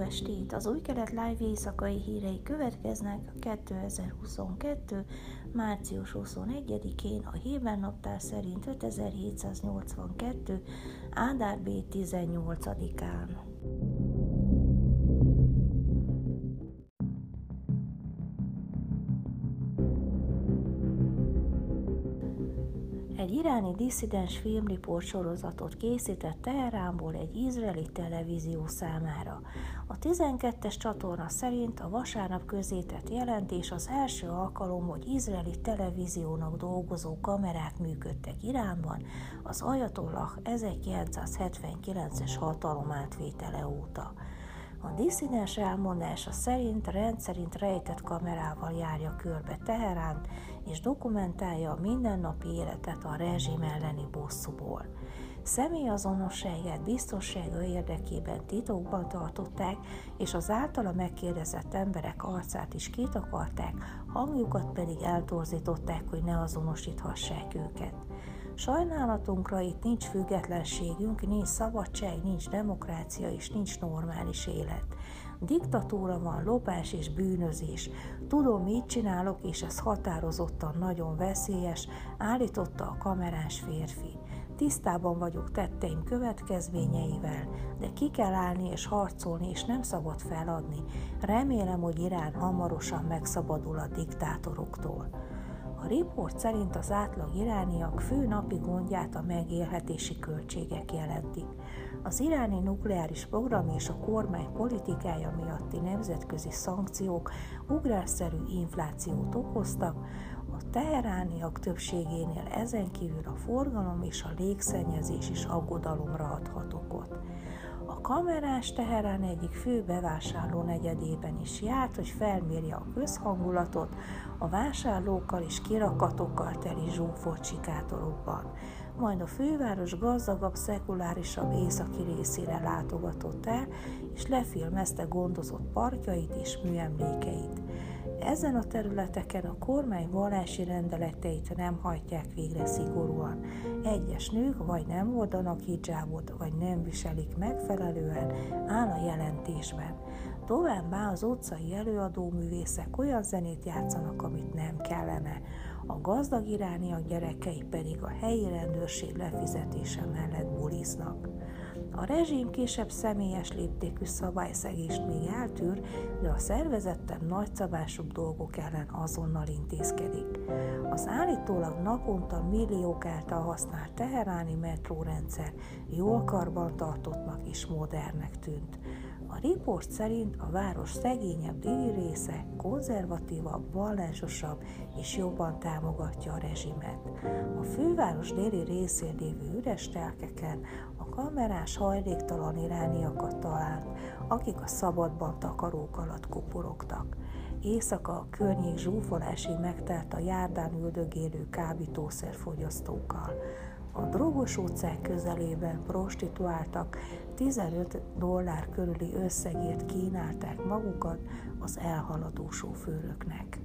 estét! Az Új Kelet Live éjszakai hírei következnek 2022. március 21-én, a héber naptár szerint 5782. Ádár B. 18-án. Egy iráni disszidens filmriport sorozatot készített Teheránból egy izraeli televízió számára. A 12-es csatorna szerint a vasárnap közzétett jelentés az első alkalom, hogy izraeli televíziónak dolgozó kamerák működtek Iránban az ajatollah 1979-es hatalomátvétele óta. A disszidens elmondása szerint rendszerint rejtett kamerával járja körbe Teheránt, és dokumentálja a mindennapi életet a rezsim elleni bosszúból. Személyazonosságát biztonsága érdekében titokban tartották, és az általa megkérdezett emberek arcát is kitakarták, hangjukat pedig eltorzították, hogy ne azonosíthassák őket. Sajnálatunkra itt nincs függetlenségünk, nincs szabadság, nincs demokrácia és nincs normális élet. Diktatúra van, lopás és bűnözés. Tudom, mit csinálok, és ez határozottan nagyon veszélyes, állította a kamerás férfi. Tisztában vagyok tetteim következményeivel, de ki kell állni és harcolni, és nem szabad feladni. Remélem, hogy Irán hamarosan megszabadul a diktátoroktól. A riport szerint az átlag irániak fő napi gondját a megélhetési költségek jelentik. Az iráni nukleáris program és a kormány politikája miatti nemzetközi szankciók ugrásszerű inflációt okoztak, a teherániak többségénél ezen kívül a forgalom és a légszennyezés is aggodalomra adhat okot. A kamerás Teherán egyik fő bevásárló negyedében is járt, hogy felmérje a közhangulatot a vásárlókkal és kirakatokkal teli zsúfolt sikátorokban. Majd a főváros gazdagabb, szekulárisabb északi részére látogatott el, és lefilmezte gondozott parkjait és műemlékeit. Ezen a területeken a kormány vallási rendeleteit nem hajtják végre szigorúan. Egyes nők vagy nem hordanak hidsábot, vagy nem viselik megfelelően, áll a jelentésben. Továbbá az utcai előadóművészek olyan zenét játszanak, amit nem kellene. A gazdag irániak gyerekei pedig a helyi rendőrség lefizetése mellett buliznak. A rezsim kisebb személyes léptékű szabályszegést még eltűr, de a szervezettebb nagyszabásúbb dolgok ellen azonnal intézkedik. Az állítólag naponta milliók által használt teheráni metrórendszer jól karbantartottnak és modernnek tűnt. A riport szerint a város szegényebb déli része konzervatívabb, vallásosabb és jobban támogatja a rezsimet. A főváros déli részén lévő üres telkeken a kamerás hajléktalan irániakat talált, akik a szabadban takarók alatt kuporogtak. Éjszaka a környék zsúfolásig megtelt a járdán üldögélő kábítószerfogyasztókkal. A drogos utcák közelében prostituáltak $15 körüli összegért kínálták magukat az elhaladó sofőröknek.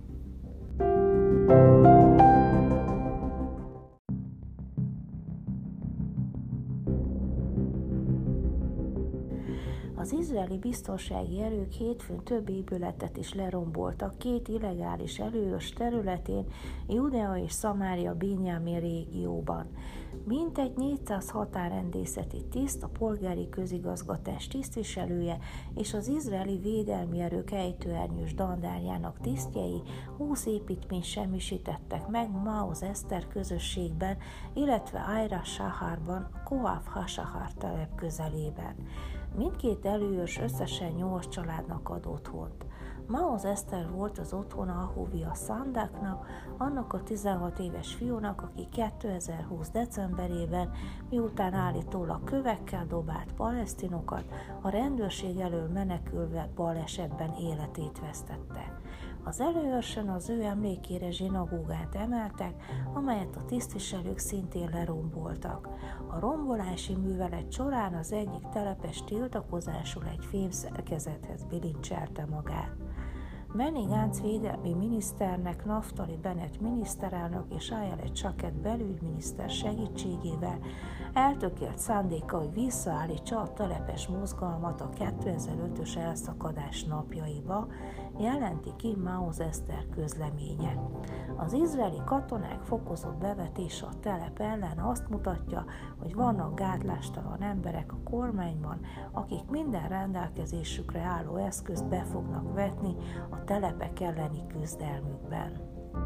Az izraeli biztonsági erők hétfőn több épületet is leromboltak két illegális előös területén, Judea és Szamária Binjamin régióban. Mintegy 400 határrendészeti tiszt, a polgári közigazgatás tisztviselője és az izraeli védelmi erők ejtőernyős dandárjának tisztjei 20 építményt semmisítettek meg Maoz Eszter közösségben, illetve Aira Shaharban, a Koaf HaShahar telep közelében. Mindkét előös összesen 8 családnak ad otthont. Maoz Eszter volt az otthona Ahuvia Szandaknak, annak a 16 éves fiúnak, aki 2020. decemberében, miután állítólag kövekkel dobált palesztinokat, a rendőrség elől menekülve balesetben életét vesztette. Az előörsön az ő emlékére zsinagógát emeltek, amelyet a tisztviselők szintén leromboltak. A rombolási művelet során az egyik telepes tiltakozásul egy fémszerkezethez bilincselte magát. Benny Gantz védelmi miniszternek, Naftali Bennett miniszterelnök és Ayelet Shaked belügyminiszter segítségével eltökélt szándéka, hogy visszaállítsa a telepes mozgalmat a 2005-ös elszakadás napjaiba, jelenti ki Maoz Eszter közleménye. Az izraeli katonák fokozott bevetése a telep ellen azt mutatja, hogy vannak gátlástalan emberek a kormányban, akik minden rendelkezésükre álló eszközt be fognak vetni a telepek elleni küzdelmükben.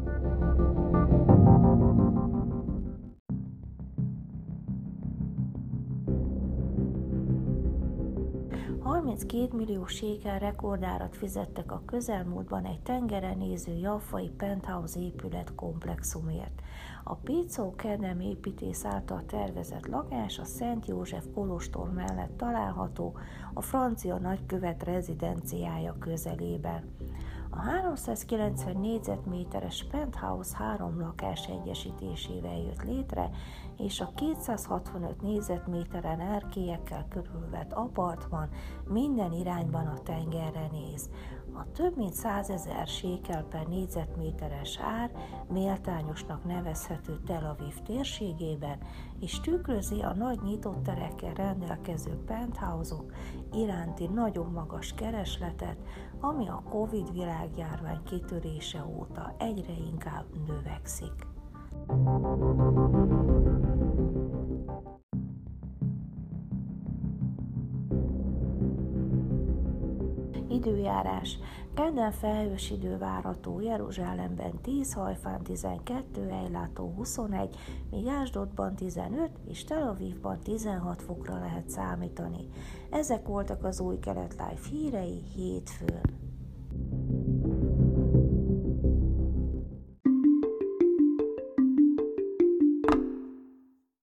32 millió sékel rekordárat fizettek a közelmúltban egy tengeren néző jaffai penthouse épület komplexumért. A Pizzo Kedem építész által tervezett lakás a Szent József kolostor mellett található, a francia nagykövet rezidenciája közelében. A 390 négyzetméteres penthouse 3 lakás egyesítésével jött létre, és a 265 négyzetméteren erkélyekkel körülvett apartman minden irányban a tengerre néz. A több mint 100 000 sékel per négyzetméteres ár méltányosnak nevezhető Tel Aviv térségében, és tükrözi a nagy nyitott terekkel rendelkező penthouse-ok iránti nagyon magas keresletet, ami a Covid világjárvány kitörése óta egyre inkább növekszik. Időjárás. Kedden felhős idő várható, Jeruzsálemben 10, Hajfán 12, Ejlátó 21, míg Ásdodban 15 és Tel Avivban 16 fokra lehet számítani. Ezek voltak az Új Kelet Live hírei hétfőn.